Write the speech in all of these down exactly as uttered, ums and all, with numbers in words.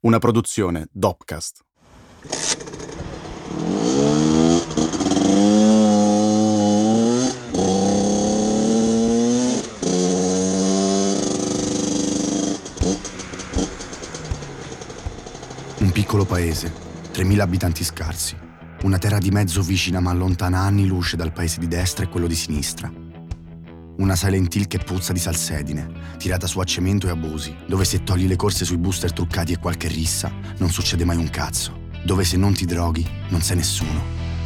Una produzione Dopcast. Un piccolo paese, tremila abitanti scarsi, una terra di mezzo vicina ma lontana anni luce dal paese di destra e quello di sinistra. Una Silent Hill che puzza di salsedine, tirata su a cemento e abusi, dove se togli le corse sui booster truccati e qualche rissa, non succede mai un cazzo, dove se non ti droghi, non sei nessuno.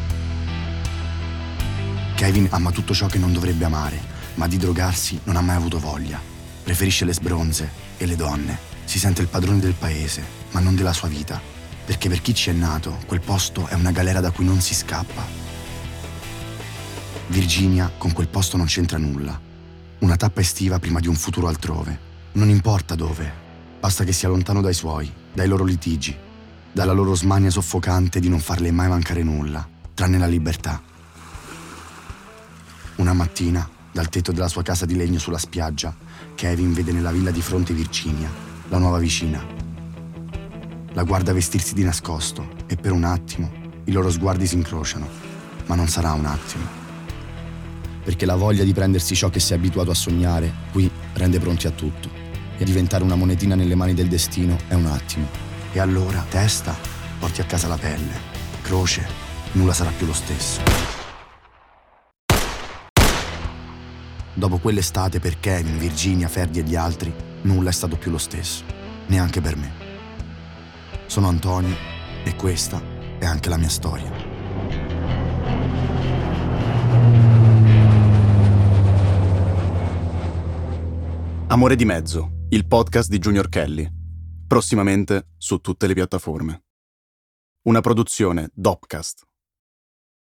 Kevin ama tutto ciò che non dovrebbe amare, ma di drogarsi non ha mai avuto voglia. Preferisce le sbronze e le donne. Si sente il padrone del paese, ma non della sua vita, perché per chi ci è nato, quel posto è una galera da cui non si scappa. Virginia con quel posto non c'entra nulla. Una tappa estiva prima di un futuro altrove. Non importa dove, basta che sia lontano dai suoi, dai loro litigi, dalla loro smania soffocante di non farle mai mancare nulla, tranne la libertà. Una mattina, dal tetto della sua casa di legno sulla spiaggia, Kevin vede nella villa di fronte Virginia, la nuova vicina. La guarda vestirsi di nascosto e per un attimo i loro sguardi si incrociano, ma non sarà un attimo. Perché la voglia di prendersi ciò che si è abituato a sognare, qui rende pronti a tutto. E diventare una monetina nelle mani del destino è un attimo. E allora, testa, porti a casa la pelle. Croce, nulla sarà più lo stesso. Dopo quell'estate per Kevin, Virginia, Ferdi e gli altri, nulla è stato più lo stesso. Neanche per me. Sono Antonio e questa è anche la mia storia. Amore di mezzo, il podcast di Junior Kelly. Prossimamente su tutte le piattaforme. Una produzione Dopcast.